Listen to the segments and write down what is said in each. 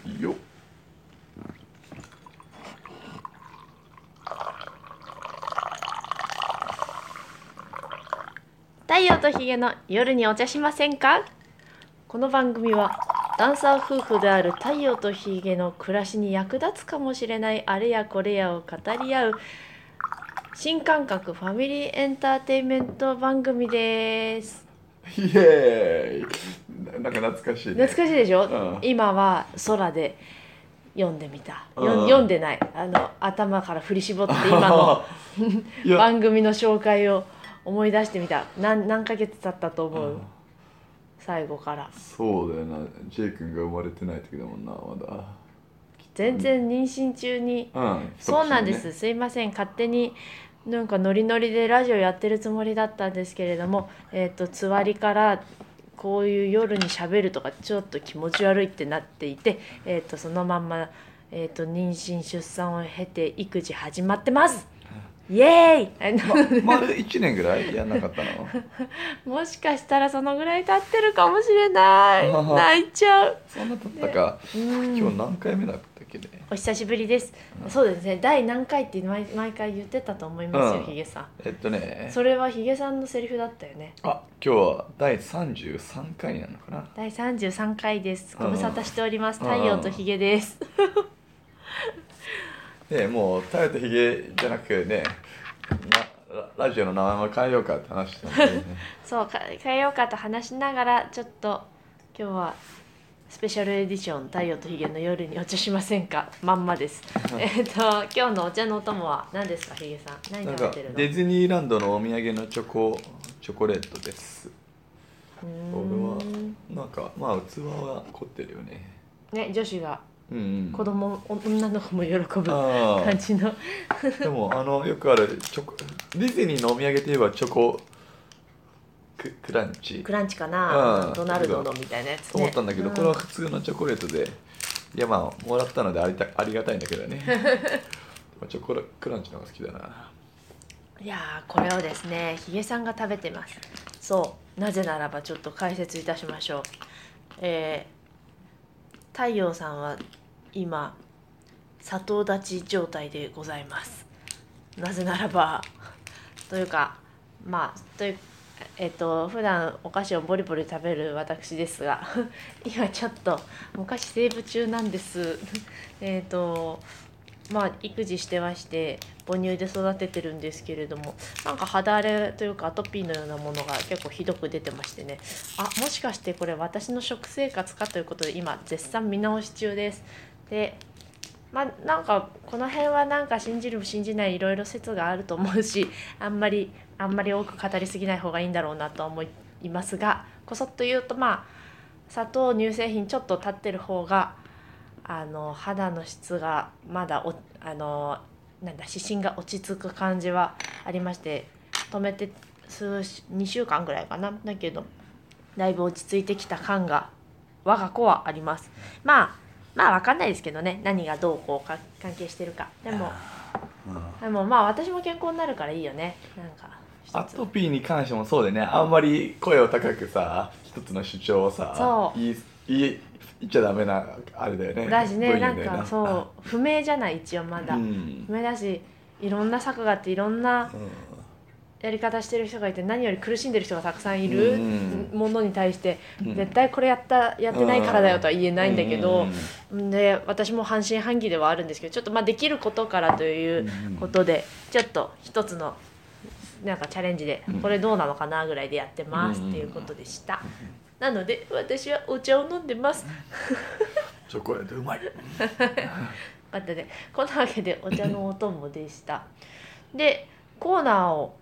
よっ。 太陽とひげの夜にお茶しませんか。この番組はダンサー夫婦である太陽とひげの暮らしに役立つかもしれないあれやこれやを語り合う新感覚ファミリーエンターテインメント番組です。 イエーイ。なんか懐かしいね。 懐かしいでしょ、 うん、 今は空で読んでみた、 うん、 読んでない、頭から振り絞って今の番組の紹介を思い出してみた。何ヶ月経ったと思う？最後から。 そうだよな。ジェイ君が生まれてない時だもんな、まだ。 全然妊娠中に、そうなんです、すいません、勝手になんかノリノリでラジオやってるつもりだったんですけれども、つわりからこういう夜にしゃべるとかちょっと気持ち悪いってなっていて、そのまんま、妊娠出産を経て育児始まってます。イエーイ。 丸1年ぐらいやんなかったの？ もしかしたらそのぐらい経ってるかもしれない。泣いちゃう。 そんな経ったか。今日何回目だったっけね。 お久しぶりです。そうですね、第何回って毎回言ってたと思いますよ、ヒゲさん。それはヒゲさんのセリフだったよね。 今日は第33回になるのかな。 第33回です。ご無沙汰しております。太陽とヒゲです。 もう太陽とヒゲじゃなくね、ラジオの名前も変えようかって話したんで、ね、 そう変えようかと話しながら、ちょっと今日はスペシャルエディション太陽とひげの夜にお茶しませんかまんまです。今日のお茶のお供は何ですか、ひげさん。何食べてるの？ディズニーランドのお土産のチョコレートです。これはなんか器は凝ってるよね。 ね、女子が子供、女の子も喜ぶ感じの。 でもよくあるディズニーのお土産といえばチョコクランチかな、ドナルドのみたいなやつね。 思ったんだけど、これは普通のチョコレートで、いやもらったのでありがたいんだけどね。チョコクランチの方が好きだな。 いやこれをですね、ひげさんが食べてます。そう、なぜならばちょっと解説いたしましょう。太陽さんは今砂糖立ち状態でございます。なぜならばというか普段お菓子をボリボリ食べる私ですが今ちょっとお菓子セーブ中なんです。育児してまして母乳で育ててるんですけれども、なんか肌荒れというかアトピーのようなものが結構ひどく出てましてね、もしかしてこれ私の食生活かということで今絶賛見直し中です。でなんかこの辺はなんか信じる信じないいろいろ説があると思うし、あんまり多く語りすぎない方がいいんだろうなと思いますが、こそっと言うと砂糖乳製品ちょっと経ってる方が肌の質がまだ湿疹が落ち着く感じはありまして、止めて2週間ぐらいかな、だけどだいぶ落ち着いてきた感が我が子はあります。分かんないですけどね、何がどう関係してるか。でも私も健康になるからいいよね。なんかアトピーに関してもそうでね、あんまり声を高くさ一つの主張をさ言っちゃダメなあれだよね。 だしね、なんかそう不明じゃない、一応まだ、不明だし、いろんな策があっていろんなやり方してる人がいて、何より苦しんでる人がたくさんいるものに対して、絶対これやってないからだよとは言えないんだけど、で私も半信半疑ではあるんですけど、ちょっとできることからということで、ちょっと一つのなんかチャレンジでこれどうなのかなぐらいでやってますっていうことでした。なので私はお茶を飲んでます。 チョコレートうまい。 こんなわけでお茶のお供でした。でコーナーを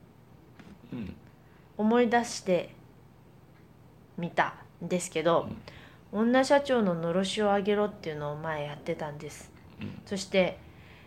思い出してみたんですけど、女社長ののろしを上げろっていうのを前やってたんです。そして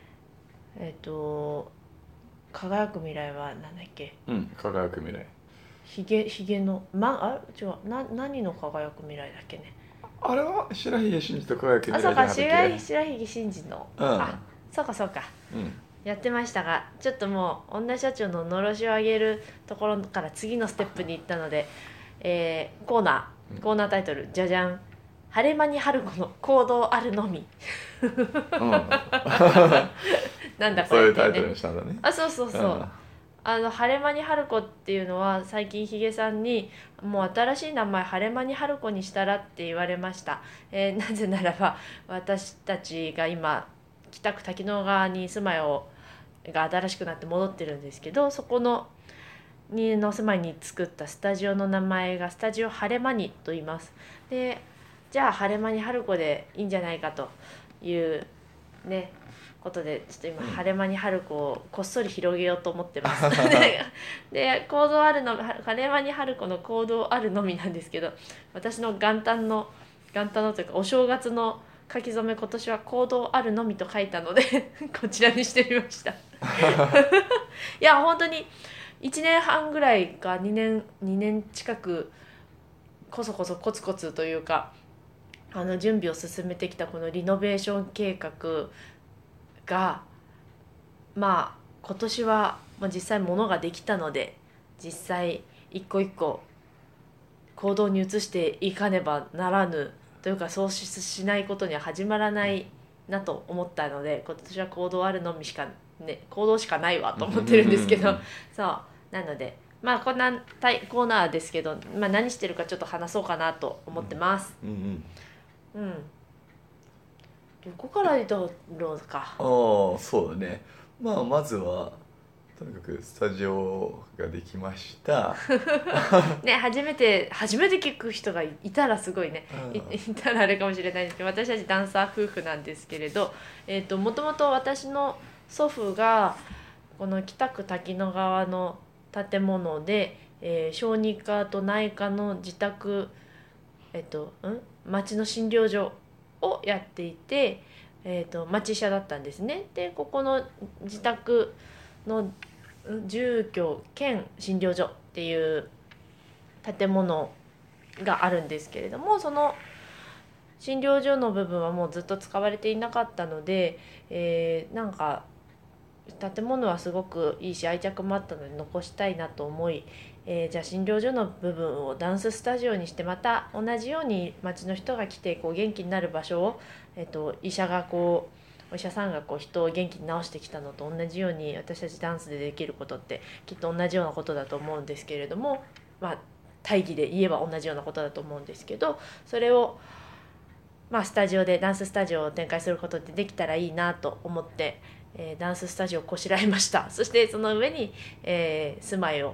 輝く未来は何だっけ？ 輝く未来。 ひげの違う、何の輝く未来だっけね。 あれは白ひげ真司と輝く未来じゃなかったっけ？ 白ひげ真司の、そうか、やってましたが、ちょっともう女社長ののろしを上げるところから次のステップに行ったので、コーナータイトルじゃじゃん。 晴れ間に春子の行動あるのみなんだこそうれってね、 いうタイトルにしたんだね。 あ、そうそうそう、晴れ間に春子っていうのは最近ヒゲさんにもう新しい名前晴れ間に春子にしたらって言われました、なぜならば私たちが今北区滝野川に住まいが新しくなって戻ってるんですけど、そこの住まいに作ったスタジオの名前がスタジオ晴れ間にと言います。でじゃあ晴れ間に春子でいいんじゃないかというねことで、ちょっと今晴れ間に春子をこっそり広げようと思ってますで行動あるの晴れ間に春子の行動あるのみなんですけど、私の元旦のというかお正月の書き初め、今年は行動あるのみと書いたのでこちらにしてみましたいや本当に1年半ぐらいか2年近くこそこそコツコツというか準備を進めてきたこのリノベーション計画がまあ今年は実際物ができたので、実際一個一個行動に移していかねばならぬというか、そうしないことには始まらないなと思ったので、今年は行動あるのみしかね、行動しかないわと思ってるんですけどそうなのでこんなコーナーですけど、何してるかちょっと話そうかなと思ってます。どこから言うか。 そうだね。まずはとにかくスタジオができましたね、初めて聞く人がいたらすごいね、いたらあれかもしれないですけど、私たちダンサー夫婦なんですけれど、もともと私の祖父がこの北区滝野川の建物で、小児科と内科の自宅、町の診療所をやっていて、町医者だったんですね。でここの自宅の住居兼診療所っていう建物があるんですけれども、その診療所の部分はもうずっと使われていなかったので、なんか建物はすごくいいし愛着もあったので残したいなと思い、じゃあ診療所の部分をダンススタジオにして、また同じように町の人が来て元気になる場所を、お医者さんが人を元気に治してきたのと同じように、私たちダンスでできることってきっと同じようなことだと思うんですけれども、大義で言えば同じようなことだと思うんですけど、それをスタジオでダンススタジオを展開することってできたらいいなと思って、ダンススタジオをこしらえました。そしてその上に、住まいを、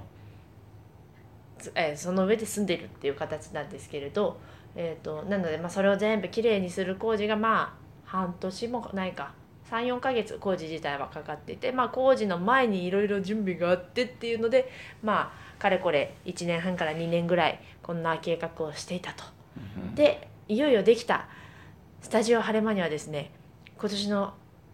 その上で住んでるっていう形なんですけれど、なのでそれを全部きれいにする工事が半年もないか 3,4 ヶ月工事自体はかかっていて、工事の前にいろいろ準備があってっていうので、かれこれ1年半から2年ぐらいこんな計画をしていたと。でいよいよできたスタジオ晴れ間にはですね、今年の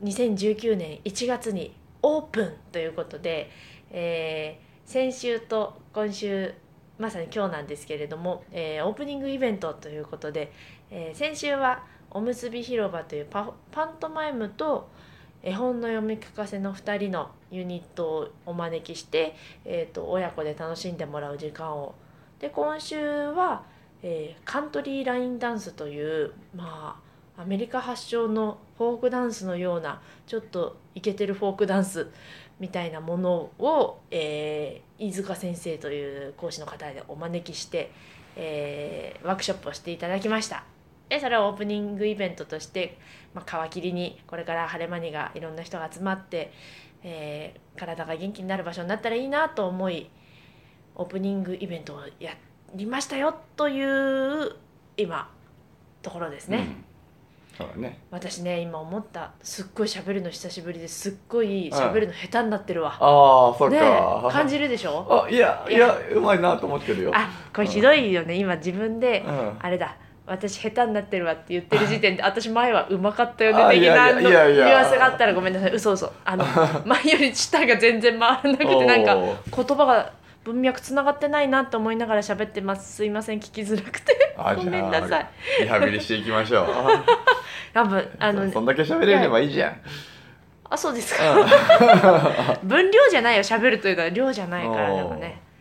2019年1月にオープンということで、先週と今週まさに今日なんですけれども、オープニングイベントということで、先週はおむすび広場というパントマイムと絵本の読み聞かせの2人のユニットをお招きして、親子で楽しんでもらう時間を。で今週は、カントリーラインダンスというアメリカ発祥のフォークダンスのようなちょっとイケてるフォークダンスみたいなものを、飯塚先生という講師の方でお招きして、ワークショップをしていただきました。でそれをオープニングイベントとして、皮切りにこれから晴れ間にがいろんな人が集まって、体が元気になる場所になったらいいなと思い、オープニングイベントをやりましたよという今ところですね。 そうだね。 私ね今思った、すっごい喋るの久しぶりで、すっごい喋るの下手になってるわ。 そうか、 ね、感じるでしょ。 いやうまいなと思ってるよ。 これひどいよね、今自分で、あれだ、私下手になってるわって言ってる時点で私前はうまかったよね的なニュアンスがあったらごめんなさい。嘘前より舌が全然回らなくて、なんか言葉が文脈つながってないなと思いながら喋ってます。すいません、聞きづらくてごめんなさい。 リハビリしていきましょうそんだけ喋れればいいじゃん。そうですか分量じゃないよ、喋るというのは量じゃないから。でもね、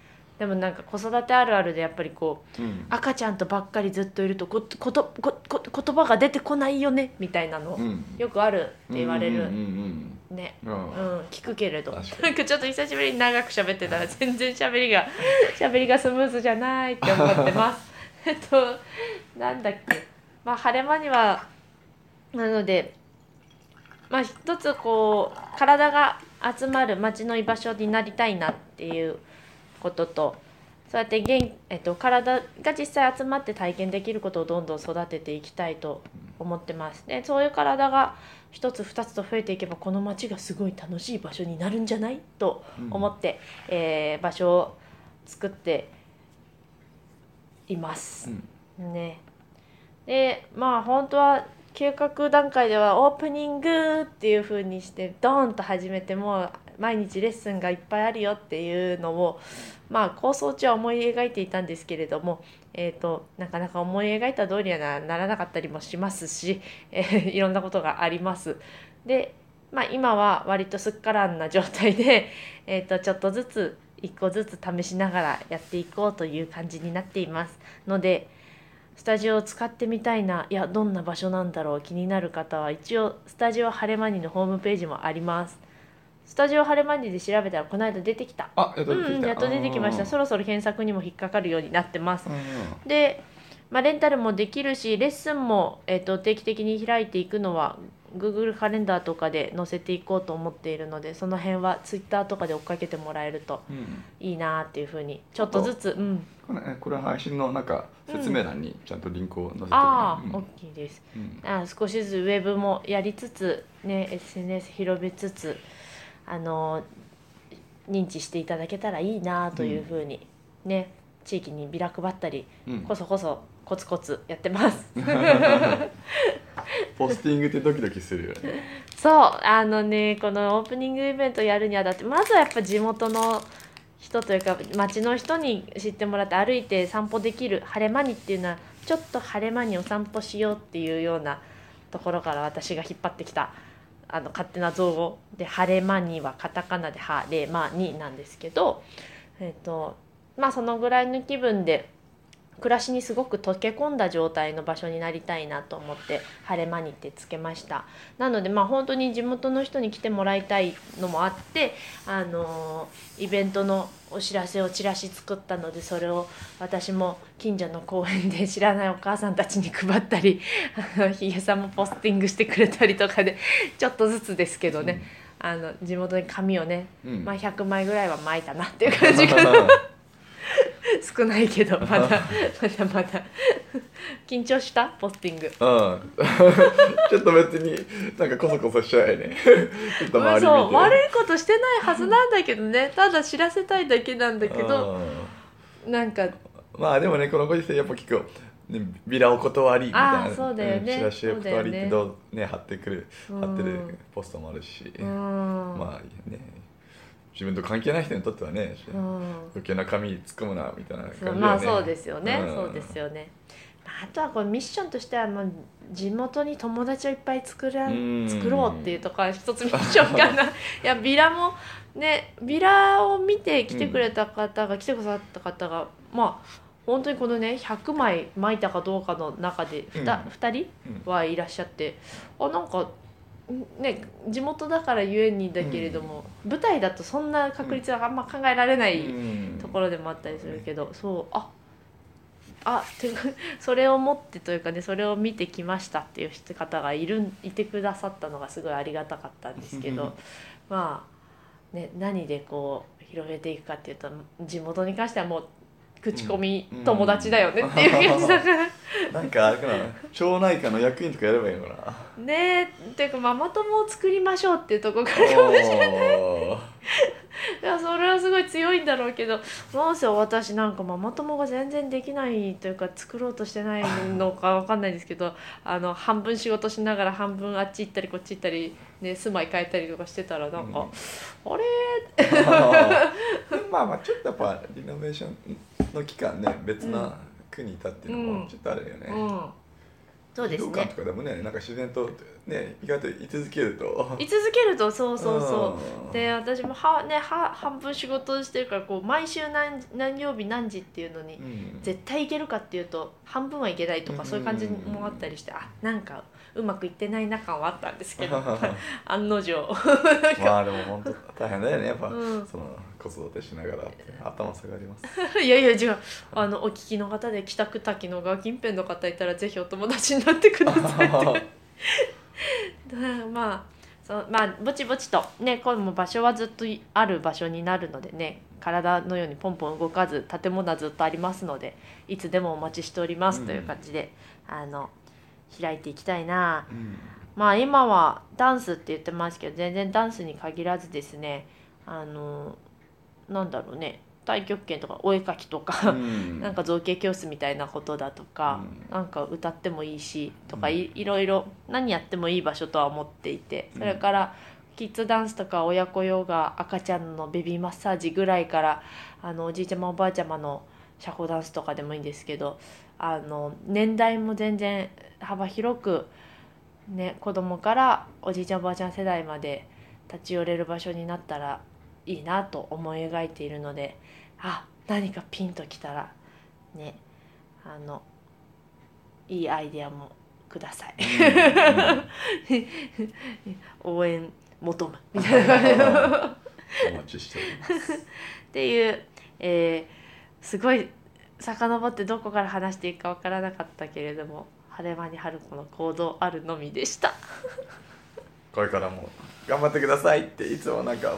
でもなんか子育てあるあるでやっぱりこう、 うん、 赤ちゃんとばっかりずっといると言葉が出てこないよねみたいなの、 うん、 よくあるって言われる、ね、聞くけれど、なんかちょっと久しぶりに長く喋ってたら全然喋りがスムーズじゃないって思ってますなんだっけ、まあ晴れ間にはなので、まあ一つこう体が集まる街の居場所になりたいなっていうことと、そうやって体が実際集まって体験できることをどんどん育てていきたいと思ってます。でそういう体が一つ二つと増えていけばこの街がすごい楽しい場所になるんじゃないと思って、場所を作っています、ね。でまあ本当は計画段階ではオープニングっていう風にしてドーンと始めて、もう毎日レッスンがいっぱいあるよっていうのをまあ構想中は思い描いていたんですけれども、なかなか思い描いた通りにはならなかったりもしますし、いろんなことがあります。で、まあ、今は割とすっからんな状態で、ちょっとずつ一個ずつ試しながらやっていこうという感じになっていますので、スタジオを使ってみたいな、いやどんな場所なんだろう、気になる方は一応スタジオ晴れマニのホームページもあります。スタジオ晴れマニで調べたらこの間出てきた。 やっと出てきた。 やっと出てきました。そろそろ検索にも引っかかるようになってます。で、まあ、レンタルもできるしレッスンも、定期的に開いていくのは Google カレンダーとかで載せていこうと思っているので、その辺は Twitter とかで追っかけてもらえるといいなっていうふうにちょっとずつ、 これ配信のなんか説明欄にちゃんとリンクを載せてる、 大きいです、少しずつウェブもやりつつ、ね、SNS 広めつつ認知していただけたらいいなというふうに、ね、地域にビラ配ったり、こそこそコツコツやってますポスティングってドキドキするよね。 そうこのオープニングイベントやるにあたって、まずはやっぱ地元の人というか町の人に知ってもらって、歩いて散歩できる晴れ間にっていうのは、ちょっと晴れ間にお散歩しようっていうようなところから私が引っ張ってきた勝手な造語で、晴れ間にはカタカナで晴れ間になんですけど、まあそのぐらいの気分で暮らしにすごく溶け込んだ状態の場所になりたいなと思って晴れ間にってつけました。なのでまあ本当に地元の人に来てもらいたいのもあって、イベントのお知らせをチラシ作ったので、それを私も近所の公園で知らないお母さんたちに配ったり、ひげさんもポスティングしてくれたりとかで、ちょっとずつですけどね、地元に紙をね、まあ100枚ぐらいは巻いたなっていう感じかな少ないけどまだ緊張したポスティングちょっと別になんかコソコソしちゃうよねちょっと周り見て、 そう悪いことしてないはずなんだけどね、ただ知らせたいだけなんだけど、なんかまあでもね、このご時世やっぱ結構ね、ビラお断りみたいな、 そうだよね、 チラシお断りって貼ってるポストもあるし、まあね、自分と関係ない人にとってはね、余計な紙突っ込むなみたいな感じだよね。 まあそうですよね、そうですよね。あとはこれミッションとしては、地元に友達をいっぱい作ろうっていうところが一つミッションかな。いやビラもね、ビラを見て来てくれた方が、来てくださった方がまあ本当にこのね100枚巻いたかどうかの中で 2人はいらっしゃって、なんかね、地元だからゆえにだけれども、舞台だとそんな確率はあんま考えられないところでもあったりするけど、そうそれを持ってというかね、それを見てきましたっていう方がいてくださったのがすごいありがたかったんですけどまあね、何でこう広げていくかっていうと、地元に関してはもう口コミ友達だよねっていう感じだからなんかあれかな、町内会の役員とかやればいいのかな。 ねえ、っていうかママ友を作りましょうっていうところからかもしれないいやそれはすごい強いんだろうけど、なんせ私なんかママ友が全然できないというか、作ろうとしてないのかわかんないですけど半分仕事しながら半分あっち行ったりこっち行ったり、ね、住まい変えたりとかしてたらなんか、あれまあちょっとやっぱリノベーションの期間ね、別な区にいたっていうのもちょっとあるよね、 そうですね。 武道館とかでもね、なんか自然とね、意外と居続けるとそうそうそう。で私も半分仕事をしてるから、こう毎週何曜日何時っていうのに絶対行けるかっていうと半分は行けないとか、そういう感じもあったりして、なんかうまくいってないな感はあったんですけど案の定まあでも本当大変だよね、やっぱ、その子育てしながら頭下がります。 いやいや違う、お聞きの方で北区滝野川近辺の方いたらぜひお友達になってくださいってまあぼちぼちとね、これも場所はずっとある場所になるのでね、体のようにポンポン動かず建物はずっとありますので、いつでもお待ちしておりますという感じで、開いていきたいな。まあ今はダンスって言ってますけど、全然ダンスに限らずですね、なんだろうね、太極拳とかお絵描きとか、なんか造形教室みたいなことだとか、なんか歌ってもいいしとか、いろいろ何やってもいい場所とは思っていて、それからキッズダンスとか親子ヨガ、赤ちゃんのベビーマッサージぐらいから、おじいちゃまおばあちゃまの社交ダンスとかでもいいんですけど、年代も全然幅広くね、子供からおじいちゃんおばあちゃん世代まで立ち寄れる場所になったらいいなと思い描いているので、何かピンときたらね、いいアイデアもください応援求むみたいなお待ちしておりますっていう、すごい遡ってどこから話していいかわからなかったけれども、晴れ間に春子の行動あるのみでしたこれからも頑張ってくださいっていつもなんか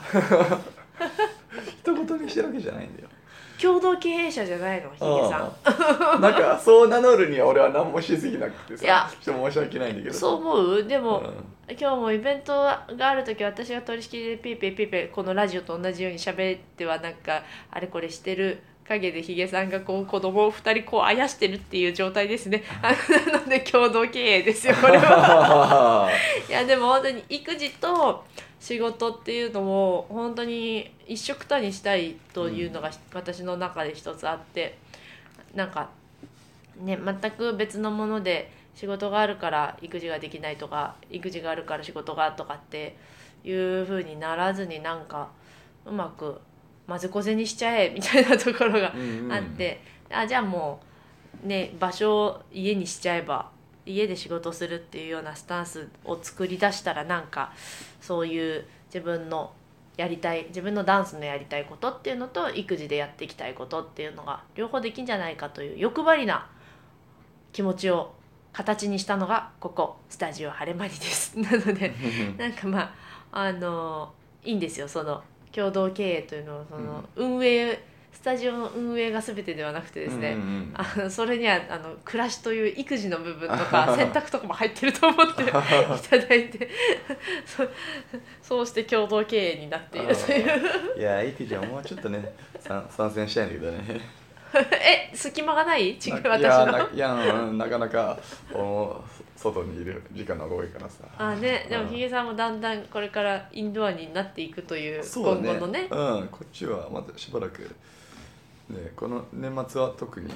一言にしてるわけじゃないんだよ。 共同経営者じゃないの、ヒゲさんなんかそう名乗るには俺は何もしすぎなくてさ、ちょっと申し訳ないんだけど。 そう思う。でも、今日もイベントがある時、私が取り仕切りでピーピーピーピーこのラジオと同じように喋ってはなんかあれこれしてる陰でヒゲさんがこう子供を2人こうあやしてるっていう状態ですねなので共同経営ですよこれはいやでも本当に育児と仕事っていうのを本当に一緒くたにしたいというのが私の中で一つあって、なんかね、全く別のもので仕事があるから育児ができないとか、育児があるから仕事がとかっていう風にならずに、なんかうまく混ぜこぜにしちゃえみたいなところがあって、じゃあもうね、場所を家にしちゃえば家で仕事するっていうようなスタンスを作り出したら、なんかそういう自分のダンスのやりたいことっていうのと育児でやっていきたいことっていうのが両方できんじゃないかという欲張りな気持ちを形にしたのがここスタジオ晴れまりですなのでなんかまあいいんですよ、その共同経営というのは、その運営スタジオの運営が全てではなくてですね、それには暮らしという育児の部分とか洗濯とかも入ってると思っていただいてそうして共同経営になっているといういや、イティちゃんもうちょっとね参戦したいんだけどね隙間がない？違う、私のいやなかなか外にいる時間の方が多いからさ。 でもヒゲさんもだんだんこれからインドアになっていくという今後のね、 こっちはまだしばらくね、この年末は特に、ね、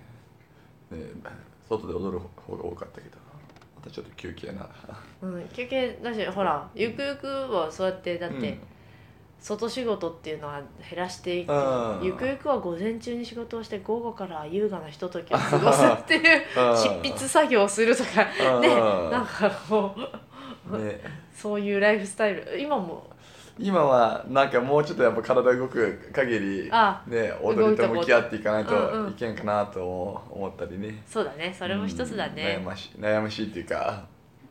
外で踊る方が多かったけど、またちょっと休憩な。 休憩だし、ほらゆくゆくはそうやってだって、外仕事っていうのは減らしていく、ゆくゆくは午前中に仕事をして午後から優雅なひとときを過ごすっていう執筆作業をするとかね、なんかこう、そういうライフスタイル今はなんかもうちょっとやっぱ体動く限り、踊りと向き合っていかないといけんかなと思ったりね。 そうだね、それも一つだね。 悩ましいっていうか、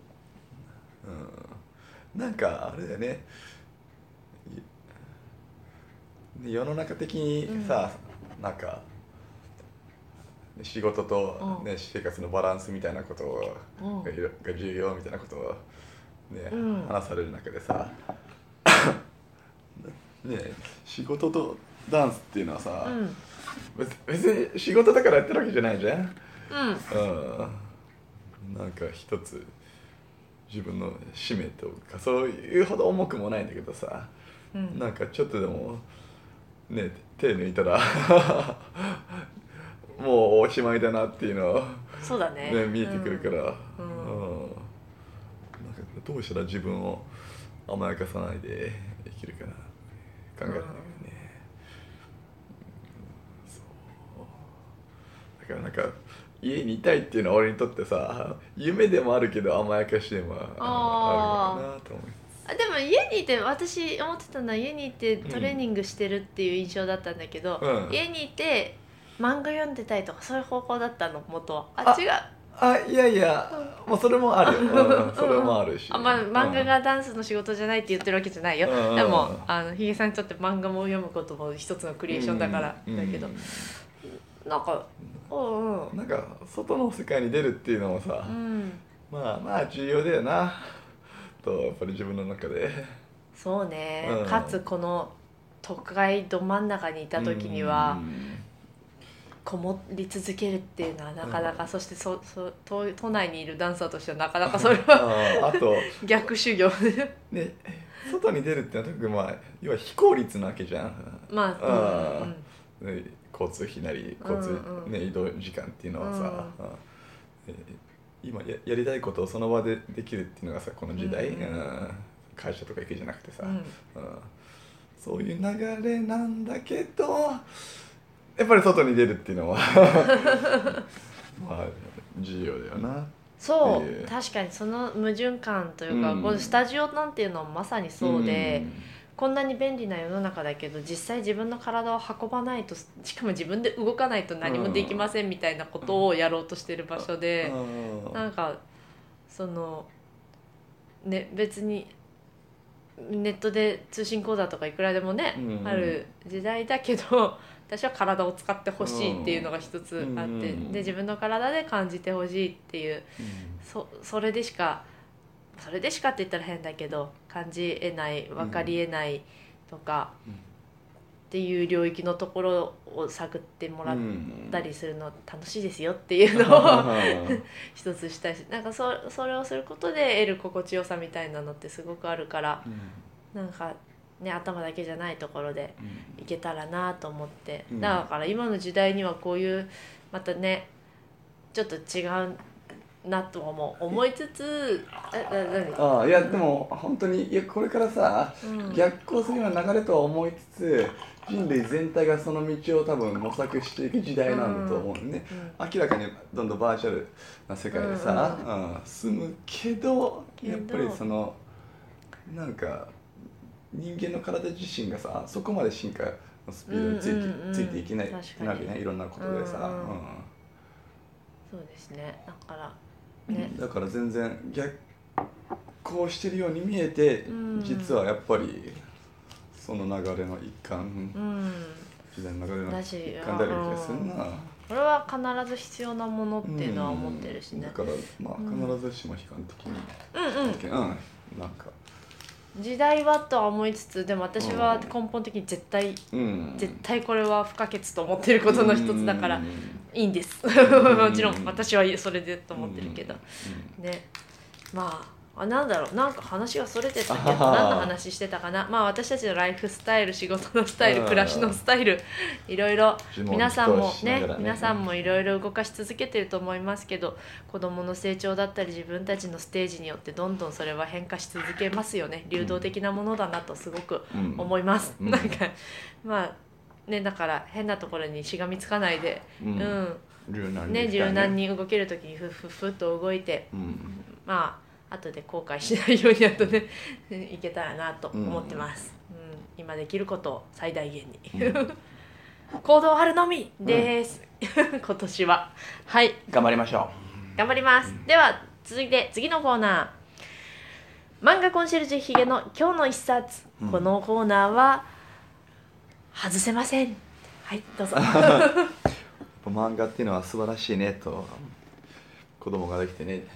なんかあれだよね、世の中的にさ、なんか仕事と、生活のバランスみたいなことが重要みたいなことを、話される中でさ仕事とダンスっていうのはさ、別に仕事だからやってるわけじゃないじゃん。なんか一つ自分の使命とかそういうほど重くもないんだけどさ、なんかちょっとでも手抜いたらもうおしまいだなっていうのをそうだね見えてくるから、 うんなんかどうしたら自分を甘やかさないで生きるかな考えてるよね、そうだからなんか家にいたいっていうのは俺にとってさ夢でもあるけど甘やかしでもあるのかなと思う。 でも家にいて私思ってたのは家にいてトレーニングしてるっていう印象だったんだけど、家にいて漫画読んでたりとかそういう方向だったの元は。違う。 いやいや、もうそれもあるよ、それもあるし、 漫画がダンスの仕事じゃないって言ってるわけじゃないよ、でもヒゲさんにとって漫画も読むことも一つのクリエーションだからだけど、なんかなんか外の世界に出るっていうのもさ、まあ重要だよなとやっぱり自分の中で。 そうね、かつこの都会ど真ん中にいた時にはこもり続けるっていうのはなかなか、そして都内にいるダンサーとしてはなかなかそれはあと逆修行ね、外に出るってのは特に要は非効率なわけじゃん。交通費なり移動時間っていうのはさ、今 やりたいことをその場でできるっていうのがさこの時代、会社とか行くじゃなくてさ、そういう流れなんだけどやっぱり外に出るっていうのは重要だよな。 そう確かにその矛盾感というか、このスタジオなんていうのもまさにそうで、こんなに便利な世の中だけど実際自分の体を運ばないと、しかも自分で動かないと何もできませんみたいなことをやろうとしてる場所で、なんかそのね別にネットで通信講座とかいくらでもね、ある時代だけど私は体を使ってほしいっていうのが一つあって、で自分の体で感じてほしいっていう、それでしかって言ったら変だけど感じえない分かりえないとか、っていう領域のところを探ってもらったりするの楽しいですよっていうのを一つしたいし、なんかそれをすることで得る心地よさみたいなのってすごくあるから、なんかね頭だけじゃないところでいけたらなと思って、だから今の時代にはこういうまたねちょっと違うなとも思いつつ、 いやでも本当にこれからさ、逆行するような流れとは思いつつ人類全体がその道を多分模索していく時代なんだと思うね、明らかにどんどんバーチャルな世界でさ、住むけどやっぱりそのなんか人間の体自身がさそこまで進化のスピードについていけないわけね、いろんなことでさ、 そうですね、 だから全然逆行してるように見えて、実はやっぱりその流れの一環、時代の流れの一環である気がするな。 これは必ず必要なものっていうのは思ってるしね、 だから必ずしも悲観的になんか時代はとは思いつつ、でも私は根本的に絶対これは不可欠と思ってることの一つだからいいんですもちろん私はそれでと思ってるけど、ね、なんだろう、なんか話がそれてたけど何の話してたかな。私たちのライフスタイル、仕事のスタイル、暮らしのスタイル、いろいろ皆さんもいろいろ動かし続けてると思いますけど、子どもの成長だったり自分たちのステージによってどんどんそれは変化し続けますよね。流動的なものだなとすごく思います、なんかね、だから変なところにしがみつかないで、柔軟に動ける時にふっと動いて、後で後悔しないようにやっとねいけたらなと思ってます、今できることを最大限に行動あるのみです、今年は頑張りましょう。頑張ります、では続いて次のコーナー、漫画コンシェルジュヒゲの今日の一冊、このコーナーは外せません。どうぞ漫画っていうのは素晴らしいねと子供ができてね、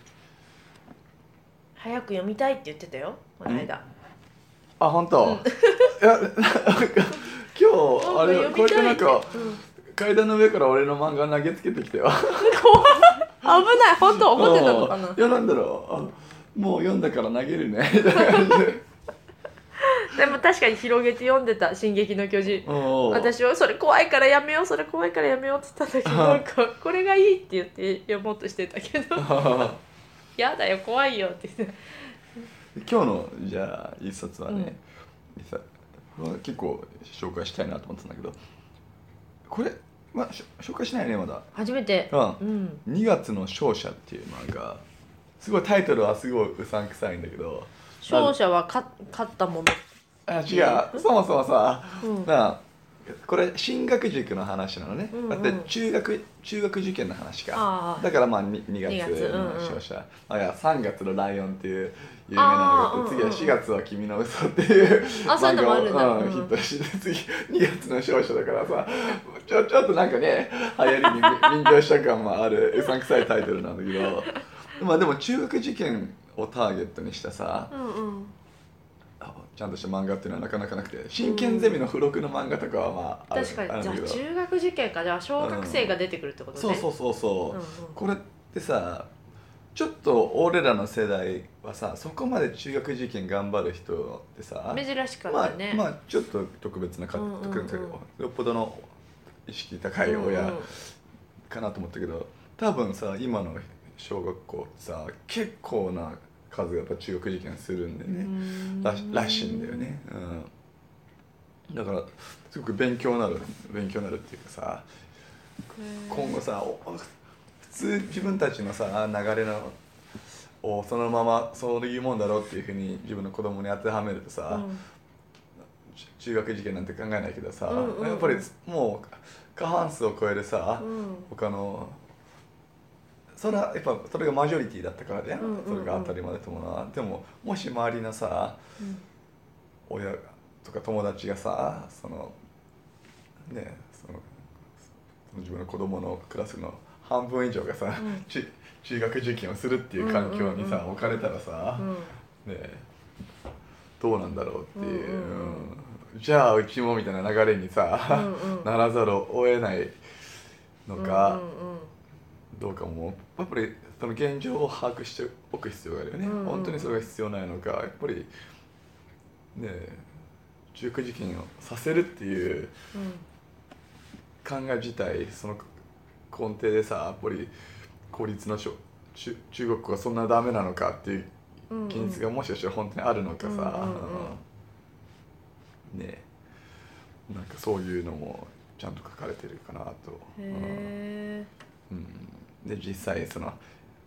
早く読みたいって言ってたよこの間。 本当、いやなんか今日あれこうやってなんか、階段の上から俺の漫画投げつけてきたよ怖い、危ない、本当思ってたのかな。 いやなんだろう、もう読んだから投げるねみたいな感じででも確かに広げて読んでた「進撃の巨人」。 おー私はそれ怖いからやめようそれ怖いからやめようって言ったんだけどなんかこれがいいって言って読もうとしてたけどやだよ怖いよって言って今日のじゃあ一冊はね、結構紹介したいなと思ってたんだけど、これ、まあ、紹介しないねまだ。 初めて、 2月の勝者っていう漫画、すごいタイトルはすごいうさんくさいんだけど、 勝者は勝ったもの。 違う、そもそもさ、これ進学塾の話なのね、だって中学受験の話か。だからまあ 2月の勝者、3月のライオンっていう有名なのが、次は4月は君の嘘っていう漫画をヒットして、次2月の勝者だからさ、ちょっとなんかね流行りに便乗した感もあるうさんくさいタイトルなんだけど、まあでも中学受験をターゲットにしたさ、ちゃんとした漫画っていうのはなかなかなくて、真剣ゼミの付録の漫画とかはまあ確かに。じゃあ中学受験か。じゃあ小学生が出てくるってことね。 そう、これってさ、ちょっと俺らの世代はさ、そこまで中学受験頑張る人ってさ珍しかったね。 まあちょっと特別なよっぽどの意識高い親かなと思ったけど、多分さ今の小学校ってさ結構な数がやっぱ中学受験するんでね、らしいんだよね、だからすごく勉強になるっていうかさ、今後さ普通自分たちのさ流れのをそのままそういうもんだろうっていうふうに自分の子供に当てはめるとさ、中学受験なんて考えないけどさ、やっぱりもう過半数を超えるさ、他のそれはやっぱそれがマジョリティだったからね、それが当たり前だと思うな。でももし周りのさ、親とか友達がさその自分の子供のクラスの半分以上がさ、中学受験をするっていう環境にさ、置かれたらさ、どうなんだろうっていう、じゃあうちもみたいな流れにさ、ならざるを得ないのか、どうかもやっぱりその現状を把握しておく必要があるよね。本当にそれが必要ないのか、やっぱりね中学受験をさせるっていう考え自体、その根底でさ、やっぱり公立の中国はそんなダメなのかっていう現実がもしかしたら本当にあるのかさ、ね、なんかそういうのもちゃんと書かれてるかなと。で実際その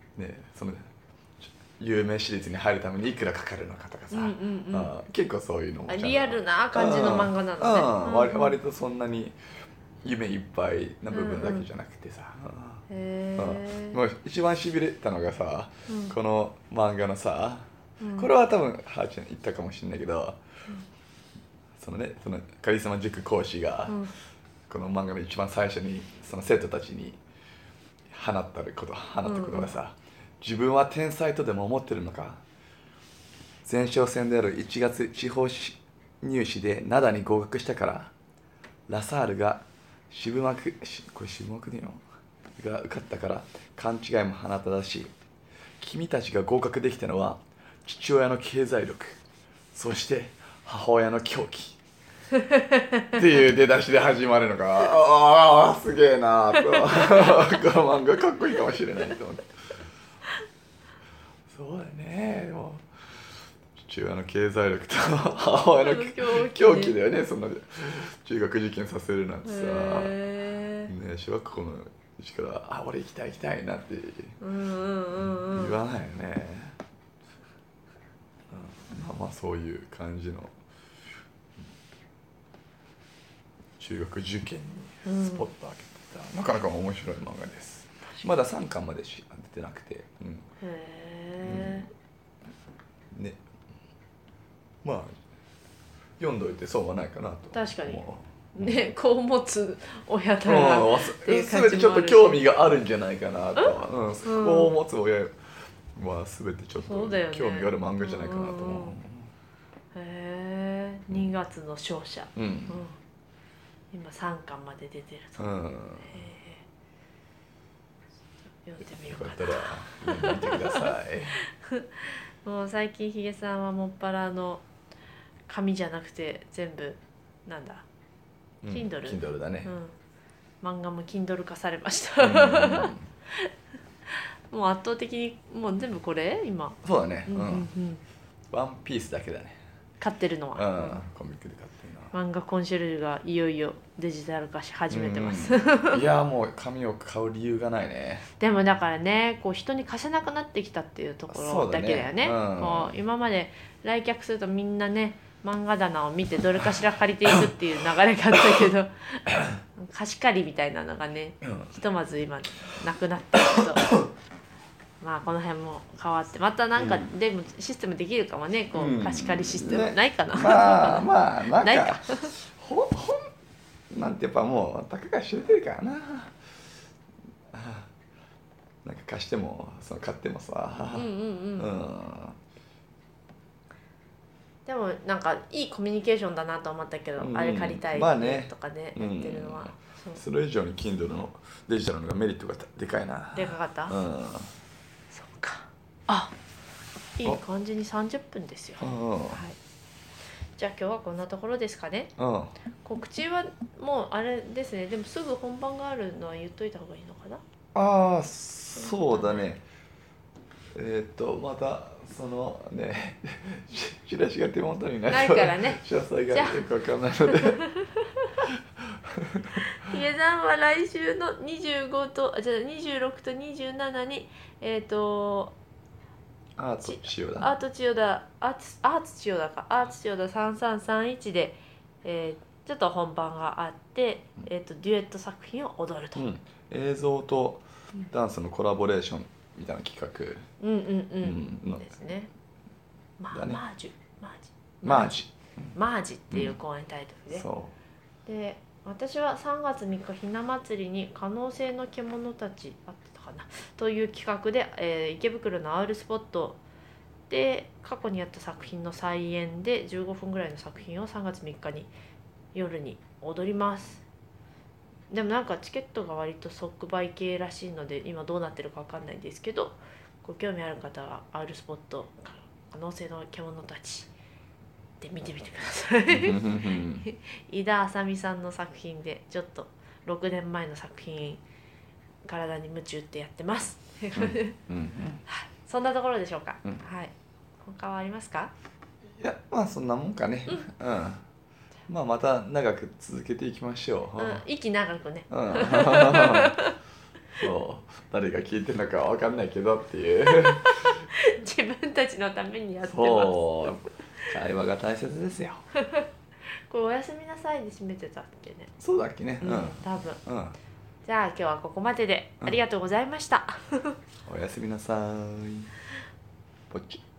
有名私立に入るためにいくらかかるのかとかさ、結構そういうのもリアルな感じの漫画なのね。割とそんなに夢いっぱいな部分だけじゃなくてさ、もう一番しびれたのがさ、この漫画のさ、これは多分はーちゃん言ったかもしれないけど、そのカリスマ塾講師が、この漫画の一番最初にその生徒たちに放ったことがさ、自分は天才とでも思ってるのか、前哨戦である1月地方入試で灘に合格したから、ラサールが渋幕でいいのが受かったから勘違いも放っただし、君たちが合格できたのは父親の経済力、そして母親の狂気っていう出だしで始まるのが、ああすげえなーとこの漫画かっこいいかもしれないと思って。そうだね、でも父親の経済力と母親の狂気だよね、そんな中学受験させるなんてさ、小学校のうちから俺行きたいなって言わないよね。まあそういう感じの中学受験にスポット開けてた、なかなか面白い漫画です。まだ3巻までしか出てなくて、ね、まあ読んどいて損はないかなと。 確かにね、子を持つ親だらっていう感じもあるし、 全てちょっと興味があるんじゃないかなと、子を持つ親は全てちょっと興味がある漫画じゃないかなと思う。 2月の勝者、今3巻まで出てると、読んでみようかな。 よかったら読んでみてください。 もう最近ひげさんはもっぱら紙じゃなくて全部なんだ、Kindle、 Kindle だね、 漫画も Kindle 化されましうんうんた、 うんもう圧倒的にもう全部これ今、 そうだね、ワンピースだけだね、 買ってるのは、 コミックで買ってる漫画コンシェルジュがいよいよデジタル化し始めてます、 いやもう紙を買う理由がないね。 でもだからね、こう人に貸せなくなってきたっていうところだけだよね。こう今まで来客するとみんなね、漫画棚を見てどれかしら借りていくっていう流れがあったけど貸し借りみたいなのがね、ひとまず今なくなってるけどまあこの辺も変わってまたなんか、でもシステムできるかもね、こう貸し借りシステム、ないかな、 まあなんないかか本なんてやっぱもうたかが知れてるからな、なんか貸してもその買ってもさ、 でもなんかいいコミュニケーションだなと思ったけど、あれ借りたいとかね、やってるのは、 それ以上に Kindle のデジタルのがメリットがでかいな。 でかかった、そうか、あ、いい感じに30分ですよ、じゃあ今日はこんなところですかね。告知はもうあれですね、でもすぐ本番があるのは言っといた方がいいのかな。 ああ、そうだね。またそのねチラシが手元にないからね、 詳細がよくわかんないのでヒゲさんは来週の25とじゃあ26と27にアート千代田アート千代田アーツ千代田かアーツ千代田3331で、ちょっと本番があって、デュエット作品を踊ると、 映像とダンスのコラボレーションみたいな企画ですね。マージっていう公演タイトルで、で私は3月3日ひな祭りに可能性の獣たちあってたかなという企画で、池袋の R スポットで過去にやった作品の再演で15分ぐらいの作品を3月3日に夜に踊ります。でもなんかチケットが割と即売系らしいので今どうなってるか分かんないんですけど、ご興味ある方は R スポット可能性の獣たちで見てみてください井田麻美さんの作品でちょっと6年前の作品体に夢中ってやってますそんなところでしょうか、はい。他はありますか？ いや、まあそんなもんかね、まあまた長く続けていきましょう、 息長くねそう誰が聞いてるのかわかんないけどっていう自分たちのためにやってます。 そう会話が大切ですよこれおやすみなさいで締めてたっけね。 そうだっけね、 多分、じゃあ今日はここまででありがとうございました、 おやすみなさい。ポチ